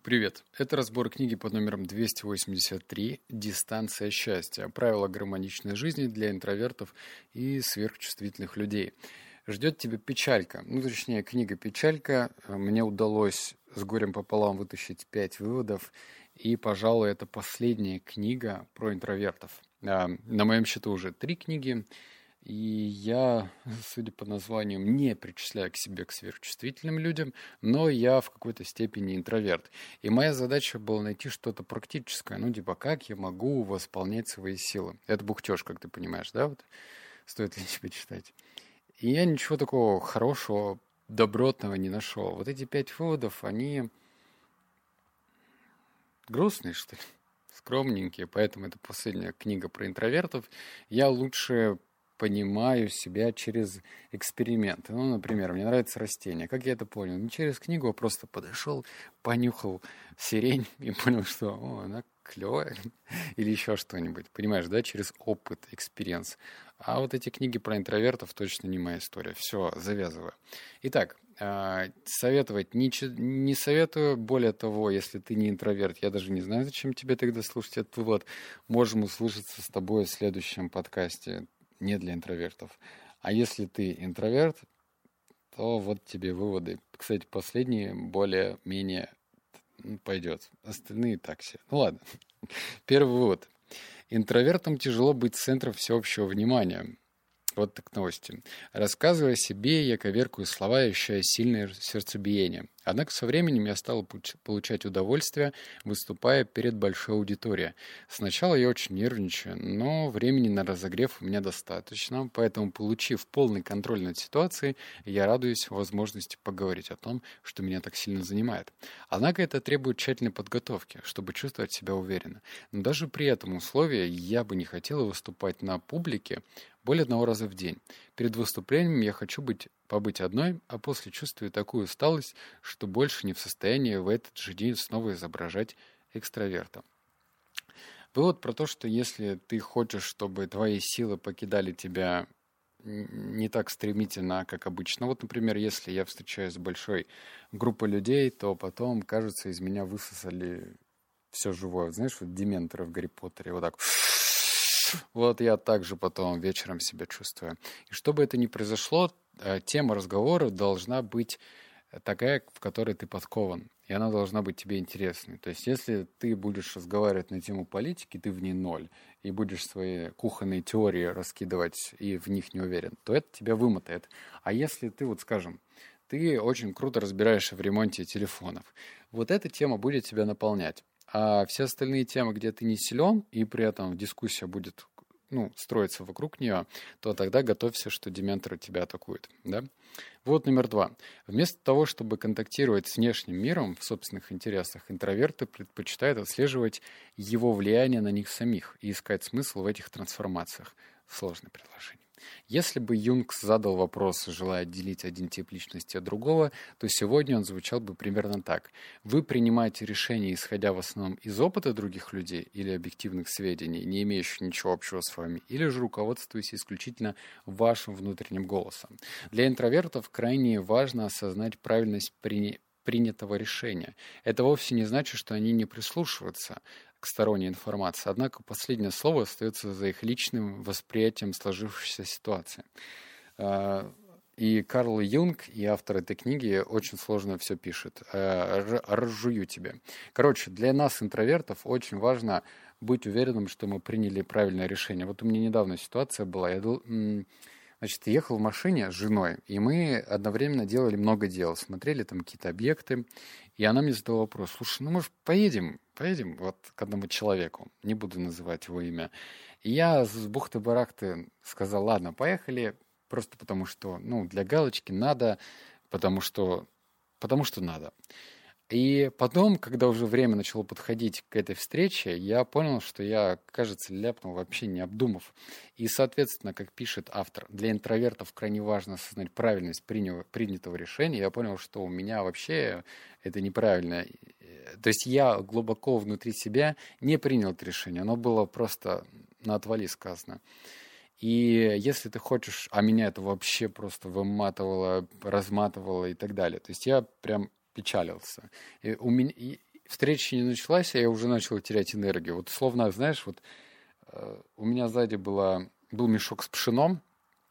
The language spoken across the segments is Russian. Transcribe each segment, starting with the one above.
Привет! Это разбор книги под номером 283 «Дистанция счастья. Правила гармоничной жизни для интровертов и сверхчувствительных людей». Ждет тебя печалька, точнее, книга «Печалька». Мне удалось с горем пополам вытащить 5 выводов, и, пожалуй, это последняя книга про интровертов. На моем счету уже 3 книги, и я, судя по названиям, не причисляю к себе к сверхчувствительным людям, но я в какой-то степени интроверт. И моя задача была найти что-то практическое, как я могу восполнять свои силы. Это бухтеж, как ты понимаешь, да? Вот стоит ли тебе читать? И я ничего такого хорошего, добротного не нашел. Вот эти 5 выводов, они грустные, что ли, скромненькие, поэтому это последняя книга про интровертов. Я лучше понимаю себя через эксперименты. Например, мне нравится растение. Как я это понял? Не через книгу, а просто подошел, понюхал сирень и понял, что она клевая или еще что-нибудь. Понимаешь, да? Через опыт, экспириенс. А вот эти книги про интровертов точно не моя история. Все, завязываю. Итак, советовать не советую. Более того, если ты не интроверт, я даже не знаю, зачем тебе тогда слушать этот вывод. Можем услышаться с тобой в следующем подкасте. Не для интровертов. А если ты интроверт, то вот тебе выводы. Кстати, последние более-менее пойдет. Остальные так себе. Ладно. Первый вывод. Интровертам тяжело быть центром всеобщего внимания. Вот так новости. Рассказывая о себе, я коверкаю слова, ощущая сильное сердцебиение. Однако со временем я стал получать удовольствие, выступая перед большой аудиторией. Сначала я очень нервничаю, но времени на разогрев у меня достаточно, поэтому, получив полный контроль над ситуацией, я радуюсь возможности поговорить о том, что меня так сильно занимает. Однако это требует тщательной подготовки, чтобы чувствовать себя уверенно. Но даже при этом условии я бы не хотел выступать на публике более 1 раза в день. Перед выступлением я хочу побыть одной, а после чувствую такую усталость, что больше не в состоянии в этот же день снова изображать экстраверта. Вывод про то, что если ты хочешь, чтобы твои силы покидали тебя не так стремительно, как обычно. Вот, например, если я встречаюсь с большой группой людей, то потом, кажется, из меня высосали все живое. Знаешь, вот дементоры в Гарри Поттере, вот так. Вот я также потом вечером себя чувствую. И чтобы это ни произошло, тема разговора должна быть такая, в которой ты подкован. И она должна быть тебе интересной. То есть, если ты будешь разговаривать на тему политики, ты в ней ноль, и будешь свои кухонные теории раскидывать и в них не уверен, то это тебя вымотает. А если ты, скажем, ты очень круто разбираешься в ремонте телефонов, вот эта тема будет тебя наполнять. А все остальные темы, где ты не силен, и при этом дискуссия будет строиться вокруг нее, то тогда готовься, что дементоры тебя атакуют. Да? Вот номер 2. Вместо того, чтобы контактировать с внешним миром в собственных интересах, интроверты предпочитают отслеживать его влияние на них самих и искать смысл в этих трансформациях. Сложное предложение. Если бы Юнг задал вопрос, желая отделить один тип личности от другого, то сегодня он звучал бы примерно так. Вы принимаете решения, исходя в основном из опыта других людей или объективных сведений, не имеющих ничего общего с вами, или же руководствуетесь исключительно вашим внутренним голосом. Для интровертов крайне важно осознать правильность принятого решения. Это вовсе не значит, что они не прислушиваются к сторонней информации. Однако последнее слово остается за их личным восприятием сложившейся ситуации. И Карл Юнг, и автор этой книги, очень сложно все пишет. Разжую тебе. Короче, для нас, интровертов, очень важно быть уверенным, что мы приняли правильное решение. Вот у меня недавно ситуация была. Я ехал в машине с женой, и мы одновременно делали много дел, смотрели там какие-то объекты, и она мне задала вопрос: слушай, может, поедем вот к одному человеку, не буду называть его имя. И я с бухты-барахты сказал: ладно, поехали, просто потому что, для галочки надо, потому что надо. И потом, когда уже время начало подходить к этой встрече, я понял, что я, кажется, ляпнул вообще не обдумав. И, соответственно, как пишет автор, для интровертов крайне важно осознать правильность принятого решения. Я понял, что у меня вообще это неправильно. То есть я глубоко внутри себя не принял это решение. Оно было просто на отвали сказано. И если ты хочешь, а меня это вообще просто выматывало, разматывало и так далее. То есть я прям печалился. встреча не началась, а я уже начал терять энергию. Вот словно, знаешь, вот у меня сзади был мешок с пшеном,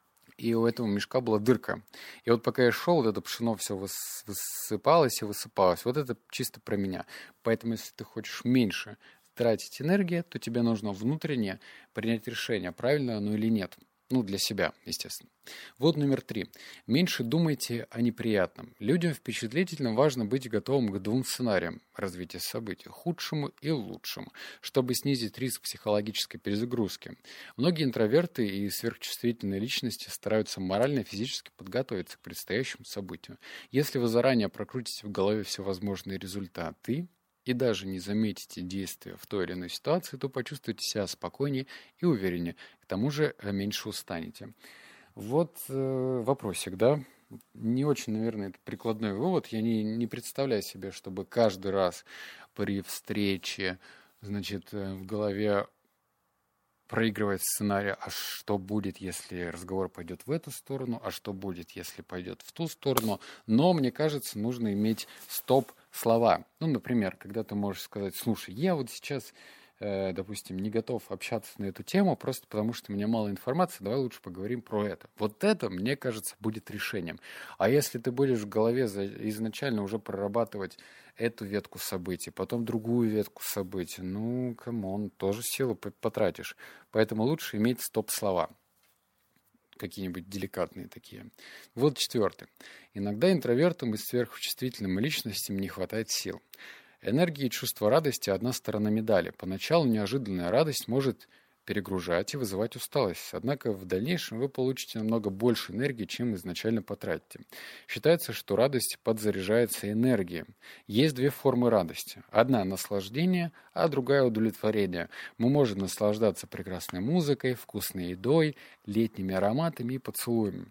и у этого мешка была дырка. И вот пока я шел, вот это пшено все высыпалось и высыпалось. Вот это чисто про меня. Поэтому, если ты хочешь меньше тратить энергии, то тебе нужно внутренне принять решение, правильно оно или нет. Ну, для себя, естественно. Вот номер 3. Меньше думайте о неприятном. Людям впечатлительно важно быть готовым к двум сценариям развития событий, худшему и лучшему, чтобы снизить риск психологической перезагрузки. Многие интроверты и сверхчувствительные личности стараются морально и физически подготовиться к предстоящему событию. Если вы заранее прокрутите в голове всевозможные результаты, и даже не заметите действия в той или иной ситуации, то почувствуете себя спокойнее и увереннее. К тому же меньше устанете. Вот вопросик, да? Не очень, наверное, это прикладной вывод. Я не представляю себе, чтобы каждый раз при встрече, значит, в голове проигрывать сценарий, а что будет, если разговор пойдет в эту сторону, а что будет, если пойдет в ту сторону. Но, мне кажется, нужно иметь стоп-слова. Ну, например, когда ты можешь сказать: слушай, я вот сейчас, допустим, не готов общаться на эту тему, просто потому что у меня мало информации, давай лучше поговорим про это. Вот это, мне кажется, будет решением. А если ты будешь в голове изначально уже прорабатывать эту ветку событий, потом другую ветку событий, ну, камон, тоже силу потратишь. Поэтому лучше иметь стоп-слова. Какие-нибудь деликатные такие. Вот 4. Иногда интровертам и сверхчувствительным личностям не хватает сил. Энергия и чувство радости – одна сторона медали. Поначалу неожиданная радость может перегружать и вызывать усталость. Однако в дальнейшем вы получите намного больше энергии, чем изначально потратите. Считается, что радость подзаряжается энергией. Есть две формы радости. Одна – наслаждение, а другая – удовлетворение. Мы можем наслаждаться прекрасной музыкой, вкусной едой, летними ароматами и поцелуями.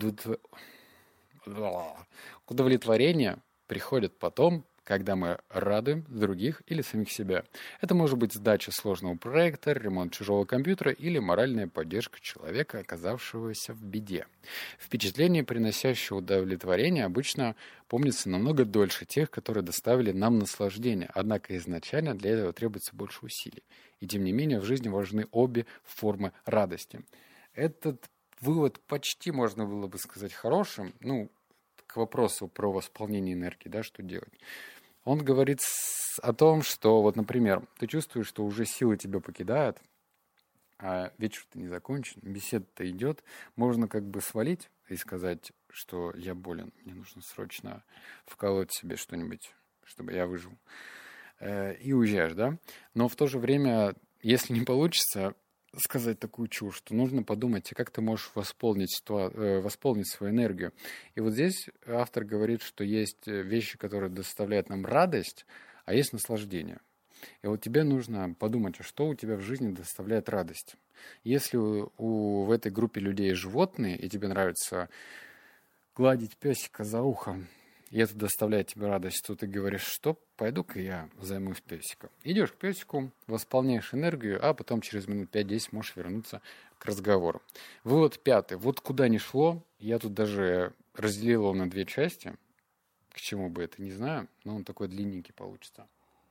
Удовлетворение приходит потом, когда мы радуем других или самих себя. Это может быть сдача сложного проекта, ремонт чужого компьютера или моральная поддержка человека, оказавшегося в беде. Впечатления, приносящие удовлетворение, обычно помнятся намного дольше тех, которые доставили нам наслаждение. Однако изначально для этого требуется больше усилий. И тем не менее в жизни важны обе формы радости. Этот вывод почти можно было бы сказать хорошим, к вопросу про восполнение энергии, да, что делать. Он говорит о том, что, вот, например, ты чувствуешь, что уже силы тебя покидают, а вечер-то не закончен, беседа-то идет, можно как бы свалить и сказать, что я болен, мне нужно срочно вколоть себе что-нибудь, чтобы я выжил. И уезжаешь, да? Но в то же время, если не получится сказать такую чушь, то нужно подумать, как ты можешь восполнить свою энергию. И вот здесь автор говорит, что есть вещи, которые доставляют нам радость, а есть наслаждение. И вот тебе нужно подумать, а что у тебя в жизни доставляет радость. Если в этой группе людей животные, и тебе нравится гладить песика за ухом, и это доставляет тебе радость, то ты говоришь, что пойду-ка я займусь песиком. Идешь к песику, восполняешь энергию, а потом через минут 5-10 можешь вернуться к разговору. Вывод 5. Вот куда ни шло, я тут даже разделил его на 2 части. К чему бы это, не знаю, но он такой длинненький получится.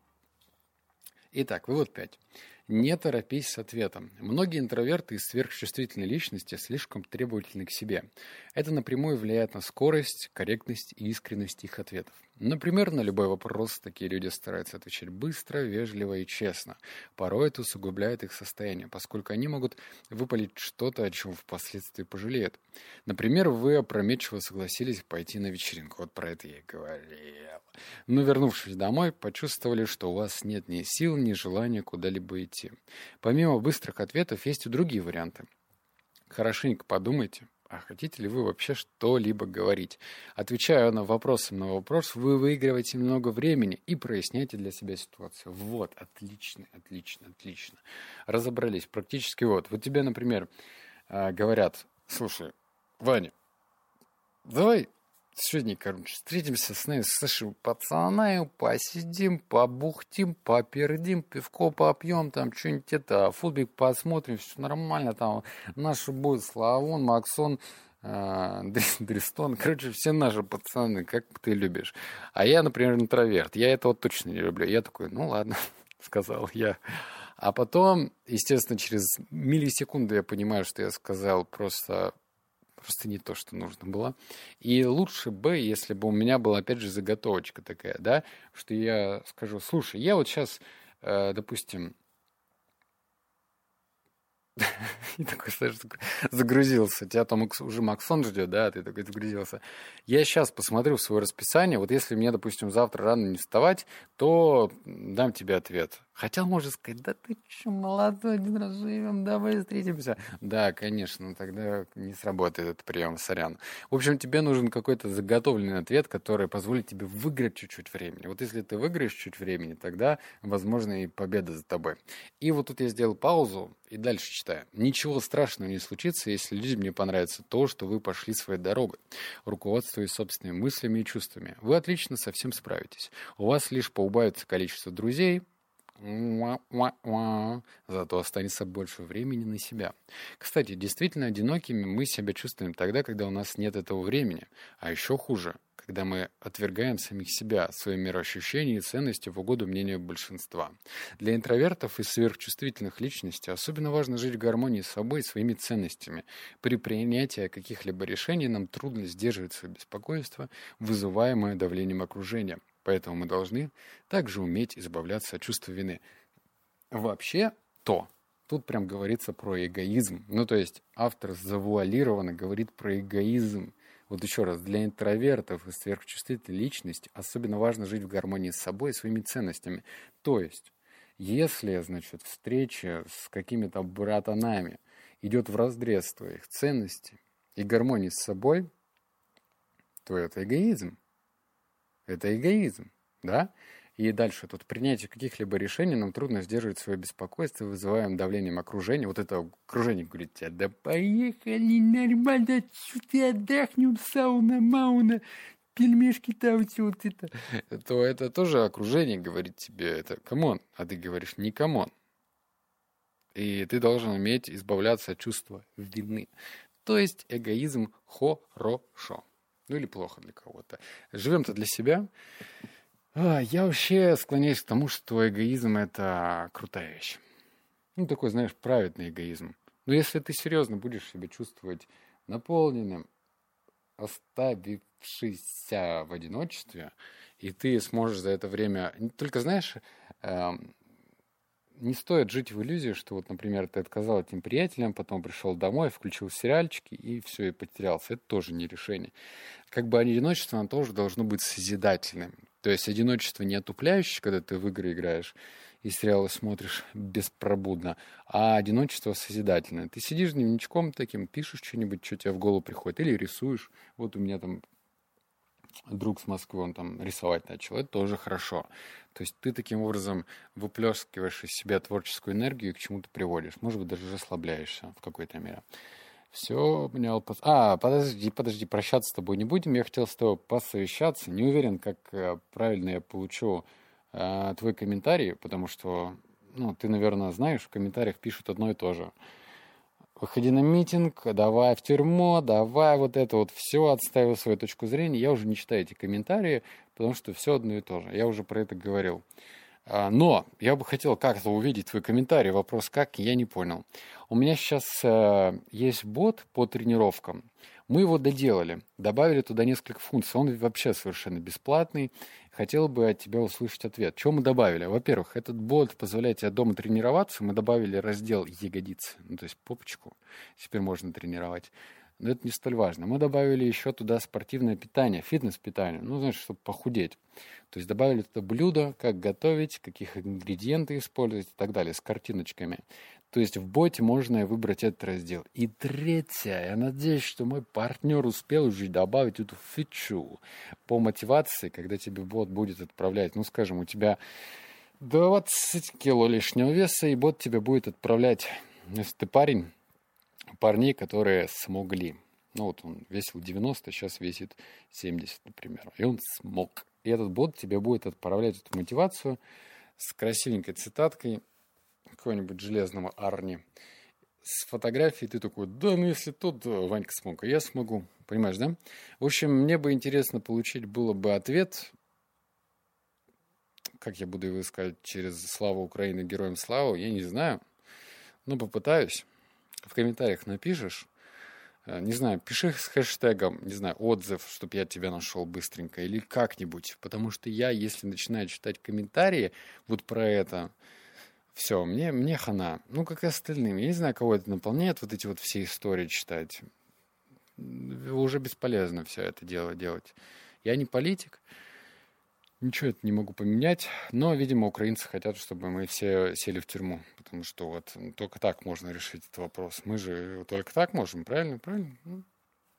Итак, вывод 5. Не торопись с ответом. Многие интроверты и сверхчувствительные личности слишком требовательны к себе. Это напрямую влияет на скорость, корректность и искренность их ответов. Например, на любой вопрос такие люди стараются отвечать быстро, вежливо и честно. Порой это усугубляет их состояние, поскольку они могут выпалить что-то, о чем впоследствии пожалеют. Например, вы опрометчиво согласились пойти на вечеринку. Вот про это я и говорил. Но, вернувшись домой, почувствовали, что у вас нет ни сил, ни желания куда-либо идти. Помимо быстрых ответов, есть и другие варианты. Хорошенько подумайте, а хотите ли вы вообще что-либо говорить? Отвечая на вопрос, вы выигрываете много времени и проясняете для себя ситуацию. Вот, отлично. Разобрались практически вот. Вот тебе, например, говорят, слушай, Ваня, давай сегодня, встретимся с нашими пацанами, посидим, побухтим, попердим, пивко попьем, там что-нибудь футбик посмотрим, все нормально, там наши будет Славон, Максон, Дристон. Короче, все наши пацаны, как ты любишь. А я, например, интроверт. Я этого точно не люблю. Я такой, ну ладно, сказал я. А потом, естественно, через миллисекунды я понимаю, что я сказал просто не то, что нужно было. И лучше бы, если бы у меня была, опять же, заготовочка такая, да, что я скажу, слушай, я вот сейчас, допустим, и такой, знаешь, такой загрузился. Тебя там уже Максон ждет, да, ты такой загрузился. Я сейчас посмотрю в свое расписание. Вот если мне, допустим, завтра рано не вставать, то дам тебе ответ. Хотя может сказать, да ты что, молодой, один раз живем, давай встретимся. Да, конечно, тогда не сработает этот прием, сорян. В общем, тебе нужен какой-то заготовленный ответ, который позволит тебе выиграть чуть-чуть времени. Вот если ты выиграешь чуть времени, тогда, возможно, и победа за тобой. И вот тут я сделал паузу и дальше читаю. Ничего страшного не случится, если людям не понравится то, что вы пошли своей дорогой, руководствуясь собственными мыслями и чувствами. Вы отлично со всем справитесь. У вас лишь поубавится количество друзей, зато останется больше времени на себя. Кстати, действительно одинокими мы себя чувствуем тогда, когда у нас нет этого времени. А еще хуже, когда мы отвергаем самих себя, свои мироощущения и ценности в угоду мнению большинства. Для интровертов и сверхчувствительных личностей особенно важно жить в гармонии с собой и своими ценностями. При принятии каких-либо решений нам трудно сдерживать свое беспокойство, вызываемое давлением окружения. Поэтому мы должны также уметь избавляться от чувства вины. Вообще, тут прям говорится про эгоизм. Ну, то есть автор завуалированно говорит про эгоизм. Вот еще раз, для интровертов и сверхчувствительной личности особенно важно жить в гармонии с собой и своими ценностями. То есть, если, значит, встреча с какими-то братанами идет вразрез твоих ценностей и гармонии с собой, то это эгоизм. Это эгоизм, да? И дальше тут принятие каких-либо решений нам трудно сдерживать свое беспокойство, вызываем давлением окружения. Вот это окружение говорит тебе, да поехали нормально, что ты отдохнем, сауна, мауна, пельмешки там, все вот это. То это тоже окружение говорит тебе, это камон, а ты говоришь не камон. И ты должен уметь избавляться от чувства вины. То есть эгоизм хорошо. Ну или плохо для кого-то. Живем-то для себя. Я вообще склоняюсь к тому, что эгоизм — это крутая вещь. Ну, такой, знаешь, праведный эгоизм. Но если ты серьезно будешь себя чувствовать наполненным, оставившийся в одиночестве, и ты сможешь за это время... Только, знаешь, не стоит жить в иллюзии, что вот, например, ты отказал этим приятелям, потом пришел домой, включил сериальчики и все, и потерялся. Это тоже не решение. Как бы одиночество, оно тоже должно быть созидательным. То есть одиночество не отупляющее, когда ты в игры играешь и сериалы смотришь беспробудно, а одиночество созидательное. Ты сидишь дневничком таким, пишешь что-нибудь, что тебе в голову приходит, или рисуешь. Вот у меня там друг с Москвы, он там рисовать начал, это тоже хорошо. То есть ты таким образом выплескиваешь из себя творческую энергию и к чему-то приводишь. Может быть, даже расслабляешься в какой-то мере. Все, понял. Подожди, прощаться с тобой не будем. Я хотел с тобой посовещаться. Не уверен, как правильно я получу твой комментарий, потому что, ты, наверное, знаешь, в комментариях пишут одно и то же. Выходи на митинг, давай в тюрьму, давай вот это вот все, отстаиваю свою точку зрения. Я уже не читаю эти комментарии, потому что все одно и то же. Я уже про это говорил. Но я бы хотел как-то увидеть твой комментарий. Вопрос как, я не понял. У меня сейчас есть бот по тренировкам. Мы его доделали, добавили туда несколько функций. Он вообще совершенно бесплатный. Хотел бы от тебя услышать ответ. Что мы добавили? Во-первых, этот бот позволяет тебе дома тренироваться. Мы добавили раздел ягодицы, то есть попочку. Теперь можно тренировать. Но это не столь важно. Мы добавили еще туда спортивное питание, фитнес-питание. Значит, чтобы похудеть. То есть добавили туда блюда, как готовить, каких ингредиенты использовать и так далее, с картиночками. То есть в боте можно выбрать этот раздел. И третье, я надеюсь, что мой партнер успел уже добавить эту фичу по мотивации, когда тебе бот будет отправлять. Скажем, у тебя 20 кило лишнего веса, и бот тебе будет отправлять, если ты парней, которые смогли. Он весил 90, сейчас весит 70, например. И он смог. И этот бот тебе будет отправлять эту мотивацию с красивенькой цитаткой какого-нибудь железного Арни, с фотографией ты такой, да, ну если тот Ванька смог, а я смогу. Понимаешь, да? В общем, мне бы интересно получить было бы ответ, как я буду его искать, через «Слава Украины, героям слава», я не знаю. Ну, попытаюсь. В комментариях напишешь. Не знаю, пиши с хэштегом, не знаю, отзыв, чтобы я тебя нашел быстренько или как-нибудь. Потому что я, если начинаю читать комментарии вот про это, все, мне хана. Ну, как и остальным. Я не знаю, кого это наполняет, вот эти вот все истории читать. Уже бесполезно все это дело делать. Я не политик, ничего это не могу поменять, но, видимо, украинцы хотят, чтобы мы все сели в тюрьму, потому что вот только так можно решить этот вопрос. Мы же только так можем, правильно? Правильно? Ну,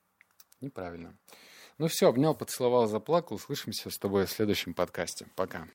неправильно. Ну все, обнял, поцеловал, заплакал. Услышимся с тобой в следующем подкасте. Пока.